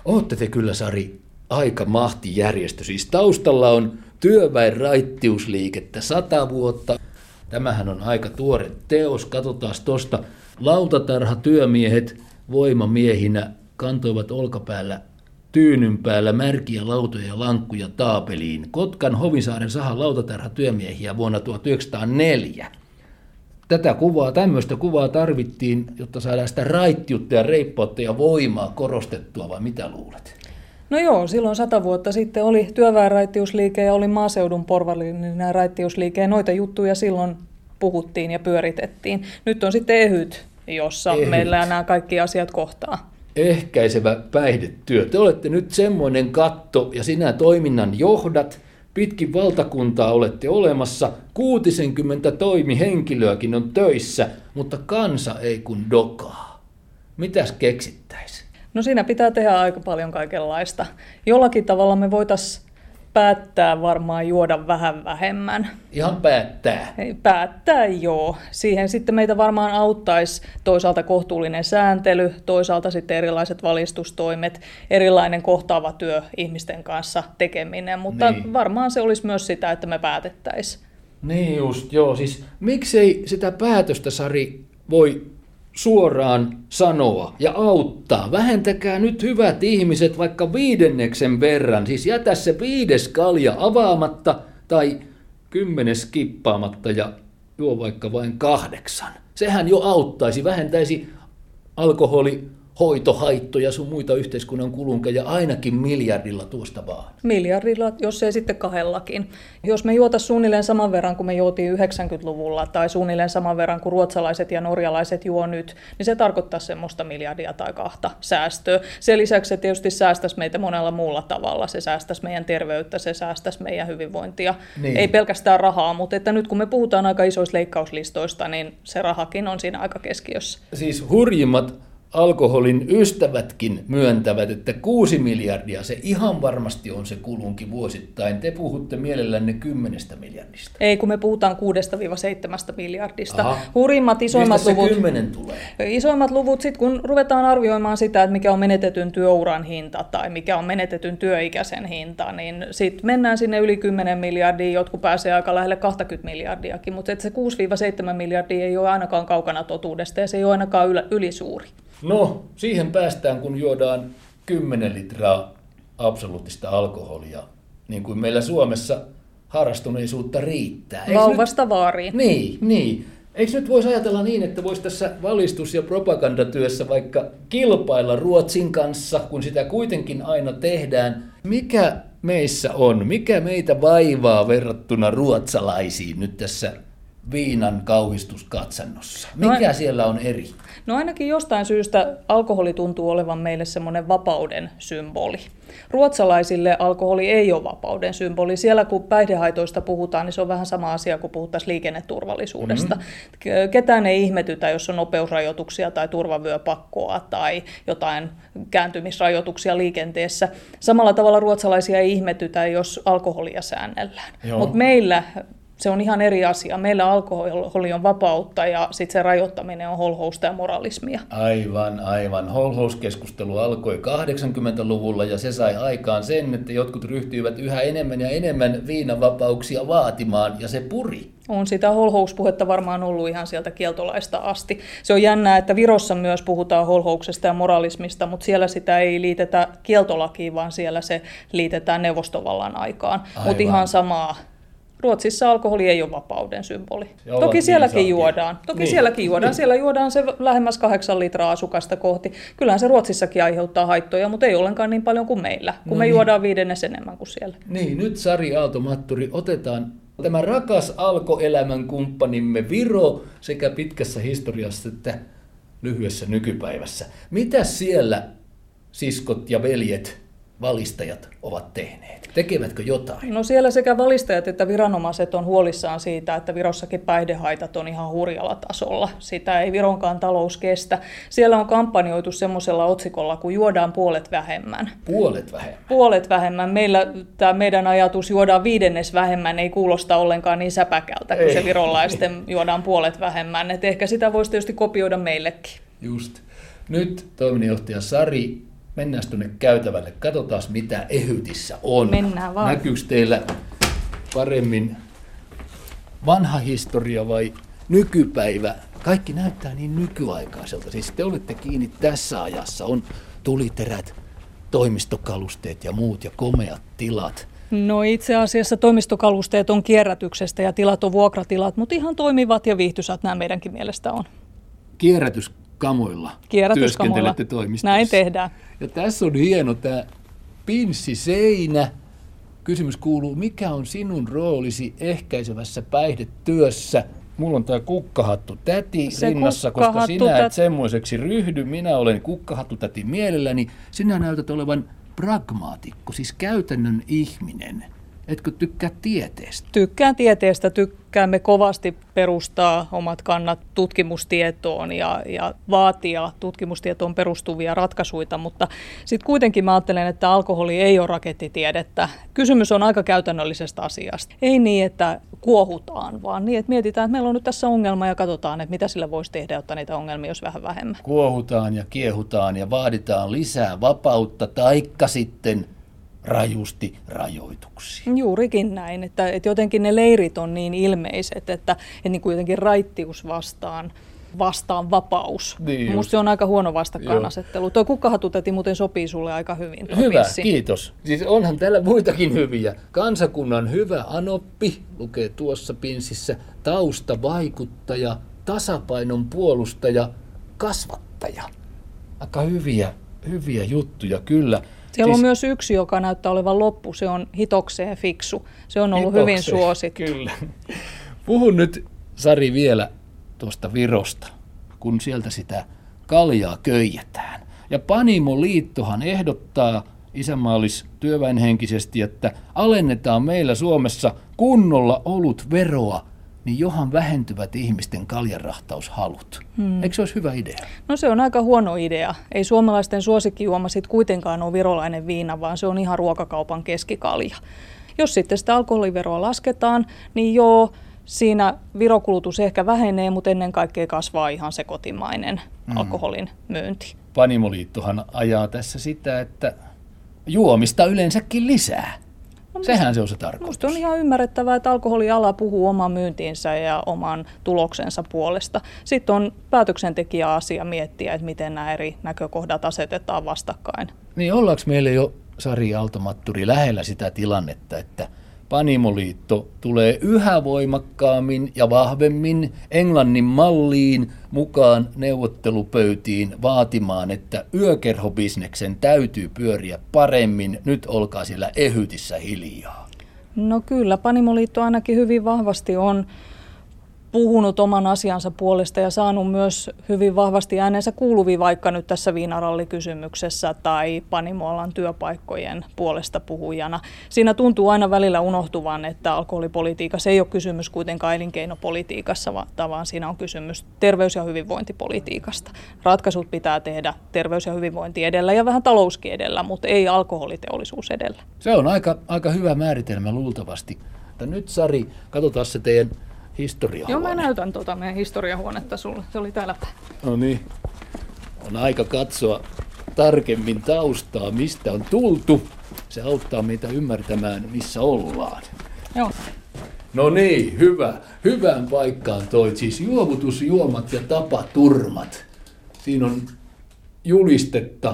Ootte te kyllä, Sari, aika mahtijärjestö. Siis taustalla on työväen raittiusliikettä 100 vuotta. Tämähän on aika tuore teos. Katsotaan tuosta. Lautatarhatyömiehet voimamiehinä kantoivat olkapäällä tyynyn päällä märkiä lautoja ja lankkuja taapeliin. Kotkan Hovisaaren sahan lautatarhatyömiehiä vuonna 1904. Tämmöistä kuvaa tarvittiin, jotta saadaan sitä raittiutta ja reippautta ja voimaa korostettua, vai mitä luulet? No joo, silloin 100 vuotta sitten oli työväenraittiusliike ja oli maaseudun porvallinen raittiusliike, ja noita juttuja silloin puhuttiin ja pyöritettiin. Nyt on sitten EHYT, jossa meillä nämä kaikki asiat kohtaa. Ehkäisevä päihdetyö. Te olette nyt semmoinen katto ja sinä toiminnan johdat. Pitkin valtakuntaa olette olemassa. 60 toimihenkilöäkin on töissä, mutta kansa ei kun dokaa. Mitäs keksittäisiin? No siinä pitää tehdä aika paljon kaikenlaista. Jollakin tavalla me voitaisiin päättää varmaan juoda vähän vähemmän. Ihan päättää? Päättää, joo. Siihen sitten meitä varmaan auttaisi toisaalta kohtuullinen sääntely, toisaalta sitten erilaiset valistustoimet, erilainen kohtaava työ ihmisten kanssa tekeminen, mutta niin. Varmaan se olisi myös sitä, että me päätettäisiin. Niin just, joo. Siis miksei sitä päätöstä, Sari, voi suoraan sanoa ja auttaa. Vähentäkää nyt, hyvät ihmiset, vaikka 5 verran. Siis jätä se 5 kalja avaamatta tai 10 skippaamatta ja juo vaikka vain 8. Sehän jo auttaisi, vähentäisi alkoholihoitohaittoja sun muita yhteiskunnan kulunkeja ainakin miljardilla tuosta vaan. Miljardilla, jos ei sitten 2. Jos me juotaisiin suunnilleen saman verran kuin me juotiin 90-luvulla tai suunnilleen saman verran kuin ruotsalaiset ja norjalaiset juo nyt, niin se tarkoittaa semmoista 1 miljardia tai 2 säästöä. Sen lisäksi se tietysti säästäisi meitä monella muulla tavalla. Se säästäisi meidän terveyttä, se säästäisi meidän hyvinvointia. Niin. Ei pelkästään rahaa, mutta että nyt kun me puhutaan aika isoista leikkauslistoista, niin se rahakin on siinä aika keskiössä. Siis hurjimmat alkoholin ystävätkin myöntävät, että 6 miljardia se ihan varmasti on se kulunki vuosittain. Te puhutte mielellänne 10 miljardista. Ei, kun me puhutaan 6-7 miljardista. Aha. Hurjimmat isoimmat luvut. 10 tulee? Isoimmat luvut, sitten kun ruvetaan arvioimaan sitä, että mikä on menetetyn työuran hinta tai mikä on menetetyn työikäisen hinta, niin sitten mennään sinne yli 10 miljardia, jotkut pääsee aika lähelle 20 miljardiakin, mutta se 6-7 miljardia ei ole ainakaan kaukana totuudesta ja se ei ole ainakaan ylisuuri. No, siihen päästään, kun juodaan 10 litraa absoluuttista alkoholia, niin kuin meillä Suomessa harrastuneisuutta riittää. Vauvasta vaariin. Niin. Eikö nyt voisi ajatella niin, että voisi tässä valistus- ja propagandatyössä vaikka kilpailla Ruotsin kanssa, kun sitä kuitenkin aina tehdään? Mikä meissä on? Mikä meitä vaivaa verrattuna ruotsalaisiin nyt tässä viinan kauhistuskatsannossa? Mikä siellä on eri? No ainakin jostain syystä alkoholi tuntuu olevan meille semmoinen vapauden symboli. Ruotsalaisille alkoholi ei ole vapauden symboli. Siellä kun päihdehaitoista puhutaan, niin se on vähän sama asia kuin puhuttaisiin liikenneturvallisuudesta. Mm-hmm. Ketään ei ihmetytä, jos on nopeusrajoituksia tai turvavyöpakkoa tai jotain kääntymisrajoituksia liikenteessä. Samalla tavalla ruotsalaisia ei ihmetytä, jos alkoholia säännellään. Mutta meillä se on ihan asia. Meillä alkoholi on vapautta ja sitten se rajoittaminen on holhousta ja moralismia. Aivan. Holhouskeskustelu alkoi 80-luvulla ja se sai aikaan sen, että jotkut ryhtyivät yhä enemmän ja enemmän viinavapauksia vaatimaan ja se puri. On sitä holhouspuhetta varmaan ollut ihan sieltä kieltolaista asti. Se on jännää, että Virossa myös puhutaan holhouksesta ja moralismista, mutta siellä sitä ei liitetä kieltolakiin, vaan siellä se liitetään neuvostovallan aikaan. Mutta ihan samaa. Ruotsissa alkoholi ei ole vapauden symboli. Toki sielläkin juodaan. Siellä juodaan se lähemmäs 8 litraa asukasta kohti. Kyllähän se Ruotsissakin aiheuttaa haittoja, mutta ei ollenkaan niin paljon kuin meillä, kun me juodaan 5 enemmän kuin siellä. Niin, nyt Sari Aalto-Matturi, otetaan tämä rakas alkoelämän kumppanimme Viro sekä pitkässä historiassa että lyhyessä nykypäivässä. Mitä siellä siskot ja veljet, valistajat ovat tehneet? Tekevätkö jotain? No siellä sekä valistajat että viranomaiset on huolissaan siitä, että Virossakin päihdehaitat on ihan hurjalla tasolla. Sitä ei Vironkaan talous kestä. Siellä on kampanjoitu semmoisella otsikolla, kun juodaan puolet vähemmän. Puolet vähemmän. Meillä tämä meidän ajatus juodaan 5 vähemmän ei kuulosta ollenkaan niin säpäkältä, kun se virolaisten juodaan puolet vähemmän. Et ehkä sitä voisi tietysti kopioida meillekin. Just. Nyt toiminnanjohtaja Sari Mennään tuonne käytävälle, katsotaan mitä Ehytissä on. Mennään vaan. Näkyykö teillä paremmin vanha historia vai nykypäivä? Kaikki näyttää niin nykyaikaiselta. Siis te olette kiinni tässä ajassa. On tuliterät, toimistokalusteet ja muut ja komeat tilat. No itse asiassa toimistokalusteet on kierrätyksestä ja tilat on vuokratilat, mutta ihan toimivat ja viihtyisät nämä meidänkin mielestä on. Kierrätyskamoilla työskentelette toimistossa. Näin tehdään. Ja tässä on hieno tämä pinssiseinä. Kysymys kuuluu, mikä on sinun roolisi ehkäisevässä päihdetyössä? Mulla on tämä kukkahattu täti rinnassa, koska sinä et semmoiseksi ryhdy. Minä olen kukkahattu täti mielelläni. Sinä näytät olevan pragmaatikko, siis käytännön ihminen. Etkö tykkää tieteestä? Tykkään tieteestä, tykkäämme kovasti perustaa omat kannat tutkimustietoon ja vaatia tutkimustietoon perustuvia ratkaisuja, mutta sitten kuitenkin mä ajattelen, että alkoholi ei ole rakettitiedettä. Kysymys on aika käytännöllisestä asiasta. Ei niin, että kuohutaan, vaan niin, että mietitään, että meillä on nyt tässä ongelma ja katsotaan, että mitä sille voisi tehdä, jotta niitä ongelmia olisi vähän vähemmän. Kuohutaan ja kiehutaan ja vaaditaan lisää vapautta, taikka sitten rajusti rajoituksia. Juurikin näin, että jotenkin ne leirit on niin ilmeiset, että niin kuin jotenkin raittius vastaan vapaus. Niin musta se on aika huono vastakkainasettelu. Tuo kukkahattutäti muuten sopii sulle aika hyvin. Hyvä, kiitos. Siis onhan täällä muitakin hyviä. Kansakunnan hyvä anoppi, lukee tuossa pinssissä, taustavaikuttaja, tasapainon puolustaja, kasvattaja. Aika hyviä juttuja kyllä. Siellä on myös yksi, joka näyttää olevan loppu. Se on hitokseen fiksu. Se on ollut hyvin suosittu. Kyllä. Puhun nyt, Sari, vielä tuosta Virosta, kun sieltä sitä kaljaa köijätään. Ja Panimoliittohan ehdottaa isänmaallis-työväenhenkisesti, että alennetaan meillä Suomessa kunnolla olutveroa, niin johan vähentyvät ihmisten kaljanrahtaushalut. Eikö se olisi hyvä idea? No se on aika huono idea. Ei suomalaisten suosikkijuoma sit kuitenkaan ole virolainen viina, vaan se on ihan ruokakaupan keskikalja. Jos sitten sitä alkoholiveroa lasketaan, niin joo, siinä virokulutus ehkä vähenee, mutta ennen kaikkea kasvaa ihan se kotimainen alkoholin myynti. Panimoliittohan ajaa tässä sitä, että juomista yleensäkin lisää. Sehän se on se tarkoitus. Minusta on ihan ymmärrettävää, että alkoholiala puhuu oman myyntinsä ja oman tuloksensa puolesta. Sitten on päätöksentekijäasia miettiä, että miten nämä eri näkökohdat asetetaan vastakkain. Niin ollaanko meille jo, Sari Aaltomatturi, lähellä sitä tilannetta, että Panimoliitto tulee yhä voimakkaammin ja vahvemmin Englannin malliin mukaan neuvottelupöytiin vaatimaan, että yökerhobisneksen täytyy pyöriä paremmin. Nyt olkaa siellä Ehytissä hiljaa. No kyllä, Panimoliitto ainakin hyvin vahvasti on puhunut oman asiansa puolesta ja saanut myös hyvin vahvasti äänensä kuuluviin vaikka nyt tässä viinarallikysymyksessä tai panimoalan työpaikkojen puolesta puhujana. Siinä tuntuu aina välillä unohtuvan, että alkoholipolitiikassa ei ole kysymys kuitenkaan elinkeinopolitiikassa, vaan siinä on kysymys terveys- ja hyvinvointipolitiikasta. Ratkaisut pitää tehdä terveys- ja hyvinvointi edellä ja vähän talouskin edellä, mutta ei alkoholiteollisuus edellä. Se on aika hyvä määritelmä luultavasti. Mutta nyt Sari, katsotaan se teidän historiahuone. Joo, mä näytän meidän historiahuonetta sulle. Se oli täällä päin. No niin. On aika katsoa tarkemmin taustaa, mistä on tultu. Se auttaa meitä ymmärtämään, missä ollaan. Joo. No niin, hyvä. Hyvään paikkaan toit. Siis juovutusjuomat ja tapaturmat. Siinä on julistetta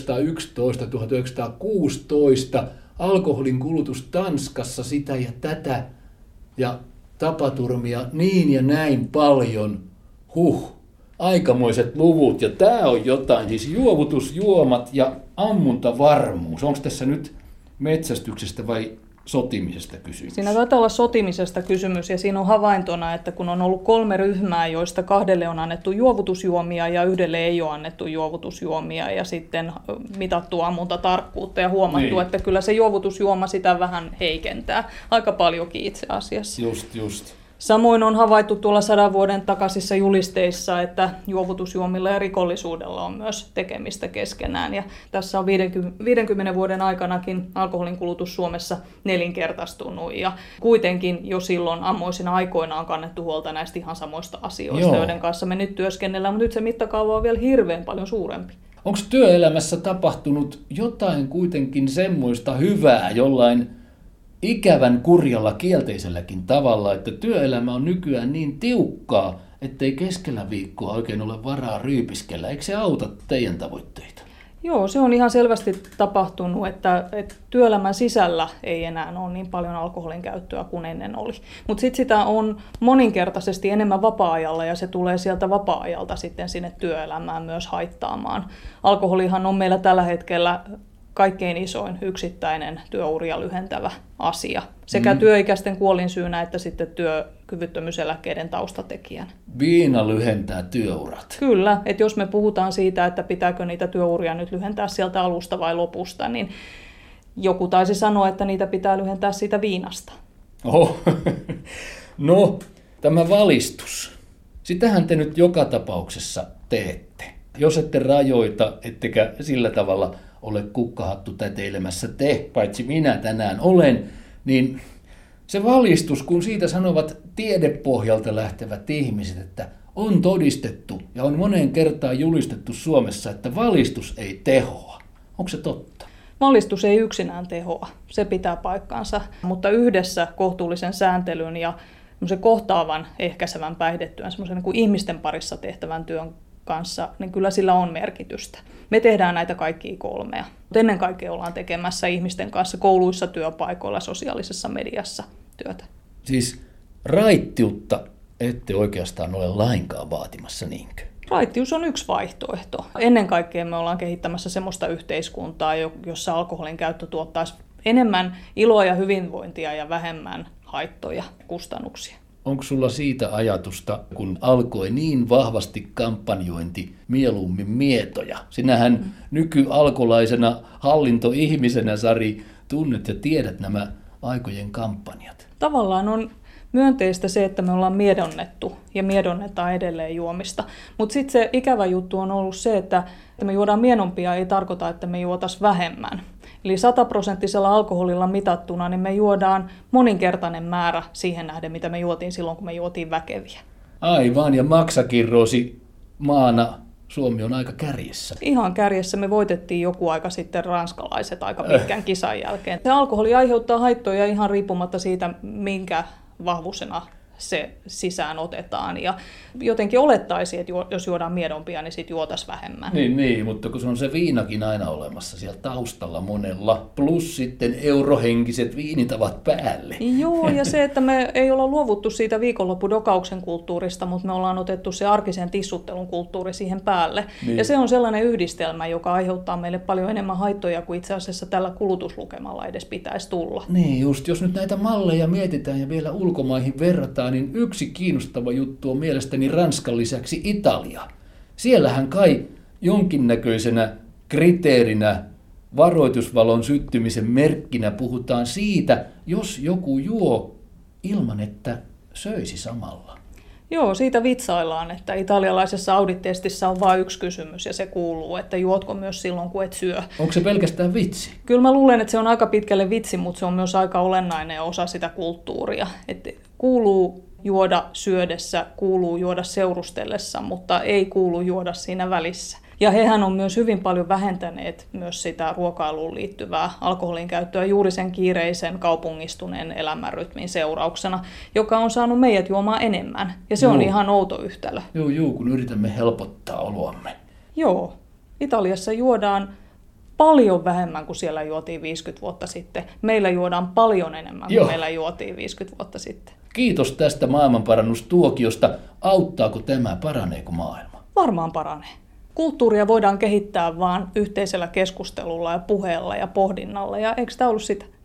1911-1916. Alkoholin kulutus Tanskassa, sitä ja tätä. Ja tapaturmia niin ja näin paljon. Aikamoiset luvut. Ja tämä on jotain, siis juovutusjuomat ja ammuntavarmuus. Onko tässä nyt metsästyksestä vai sotimisesta kysymys? Siinä taitaa olla sotimisesta kysymys ja siinä on havaintona, että kun on ollut 3 ryhmää, joista 2 on annettu juovutusjuomia ja 1 ei ole annettu juovutusjuomia ja sitten mitattu ammuntatarkkuutta ja huomattu, että kyllä se juovutusjuoma sitä vähän heikentää. Aika paljonkin itse asiassa. Just. Samoin on havaittu tuolla 100 vuoden takaisissa julisteissa, että juovutusjuomilla ja rikollisuudella on myös tekemistä keskenään. Ja tässä on 50 vuoden aikanakin alkoholin kulutus Suomessa 4-kertaistunut. Ja kuitenkin jo silloin ammoisina aikoina on kannettu huolta näistä ihan samoista asioista, joiden kanssa me nyt työskennellään. Mutta nyt se mittakaava on vielä hirveän paljon suurempi. Onko työelämässä tapahtunut jotain kuitenkin semmoista hyvää jollain ikävän kurjalla kielteiselläkin tavalla, että työelämä on nykyään niin tiukkaa, ettei keskellä viikkoa oikein ole varaa ryypiskellä? Eikö se auta teidän tavoitteita? Joo, se on ihan selvästi tapahtunut, että työelämän sisällä ei enää ole niin paljon alkoholin käyttöä kuin ennen oli. Mutta sitten sitä on moninkertaisesti enemmän vapaa-ajalla ja se tulee sieltä vapaa-ajalta sitten sinne työelämään myös haittaamaan. Alkoholihan on meillä tällä hetkellä kaikkein isoin yksittäinen työuria lyhentävä asia. Sekä työikäisten kuolinsyynä että sitten työkyvyttömyyseläkkeiden taustatekijänä. Viina lyhentää työurat. Kyllä, että jos me puhutaan siitä, että pitääkö niitä työuria nyt lyhentää sieltä alusta vai lopusta, niin joku taisi sanoa, että niitä pitää lyhentää siitä viinasta. Oho. No, tämä valistus. Sitähän te nyt joka tapauksessa teette. Jos ette rajoita, ettekä sillä tavalla ole kukkahattu täteilemässä te, paitsi minä tänään olen, niin se valistus, kun siitä sanovat tiedepohjalta lähtevät ihmiset, että on todistettu ja on moneen kertaan julistettu Suomessa, että valistus ei tehoa. Onko se totta? Valistus ei yksinään tehoa, se pitää paikkansa, mutta yhdessä kohtuullisen sääntelyn ja kohtaavan ehkäisevän päihdetyön, semmoisen niin kuin ihmisten parissa tehtävän työn kanssa, niin kyllä sillä on merkitystä. Me tehdään näitä kaikkia kolmea, mutta ennen kaikkea ollaan tekemässä ihmisten kanssa kouluissa, työpaikoilla, sosiaalisessa mediassa työtä. Siis raittiutta ette oikeastaan ole lainkaan vaatimassa, niinkö? Raittius on yksi vaihtoehto. Ennen kaikkea me ollaan kehittämässä semmoista yhteiskuntaa, jossa alkoholin käyttö tuottaisi enemmän iloa ja hyvinvointia ja vähemmän haittoja, kustannuksia. Onko sulla siitä ajatusta, kun alkoi niin vahvasti kampanjointi mieluummin mietoja? Sinähän nykyalkolaisena hallintoihmisenä, Sari, tunnet ja tiedät nämä aikojen kampanjat. Tavallaan on myönteistä se, että me ollaan miedonnettu ja miedonnetaan edelleen juomista. Mutta sitten se ikävä juttu on ollut se, että me juodaan mienompia ei tarkoita, että me juotaisiin vähemmän. Eli 100% alkoholilla mitattuna niin me juodaan moninkertainen määrä siihen nähden, mitä me juotiin silloin, kun me juotiin väkeviä. Aivan, ja maksakirrosi maana Suomi on aika kärjessä. Ihan kärjessä. Me voitettiin joku aika sitten ranskalaiset aika pitkän kisan jälkeen. Se alkoholi aiheuttaa haittoja ihan riippumatta siitä, minkä vahvuisena se sisään otetaan. Ja jotenkin olettaisiin, että jos juodaan miedompia, niin sitten juotaisiin vähemmän. Niin, mutta kun se on se viinakin aina olemassa siellä taustalla monella, plus sitten eurohenkiset viinitavat päälle. Joo, ja se, että me ei olla luovuttu siitä viikonloppudokauksen kulttuurista, mutta me ollaan otettu se arkisen tissuttelun kulttuuri siihen päälle. Niin. Ja se on sellainen yhdistelmä, joka aiheuttaa meille paljon enemmän haittoja kuin itse asiassa tällä kulutuslukemalla edes pitäisi tulla. Niin just, jos nyt näitä malleja mietitään ja vielä ulkomaihin verrataan, niin yksi kiinnostava juttu on mielestäni Ranskan lisäksi Italia. Siellähän kai jonkinnäköisenä kriteerinä, varoitusvalon syttymisen merkkinä puhutaan siitä, jos joku juo ilman, että söisi samalla. Joo, siitä vitsaillaan, että italialaisessa auditestissä on vain yksi kysymys ja se kuuluu, että juotko myös silloin, kun et syö. Onko se pelkästään vitsi? Kyllä mä luulen, että se on aika pitkälle vitsi, mutta se on myös aika olennainen osa sitä kulttuuria. Että kuuluu juoda syödessä, kuuluu juoda seurustellessa, mutta ei kuulu juoda siinä välissä. Ja hehän on myös hyvin paljon vähentäneet myös sitä ruokailuun liittyvää alkoholin käyttöä juuri sen kiireisen kaupungistuneen elämänrytmin seurauksena, joka on saanut meidät juomaan enemmän. Ja se on ihan outo yhtälö. Joo, kun yritämme helpottaa oloamme. Joo, Italiassa juodaan paljon vähemmän kuin siellä juotiin 50 vuotta sitten. Meillä juodaan paljon enemmän kuin meillä juotiin 50 vuotta sitten. Kiitos tästä maailmanparannustuokiosta. Auttaako tämä? Paraneeko maailma? Varmaan paranee. Kulttuuria voidaan kehittää vaan yhteisellä keskustelulla ja puheella ja pohdinnalla, ja eikö tämä ollut sitä?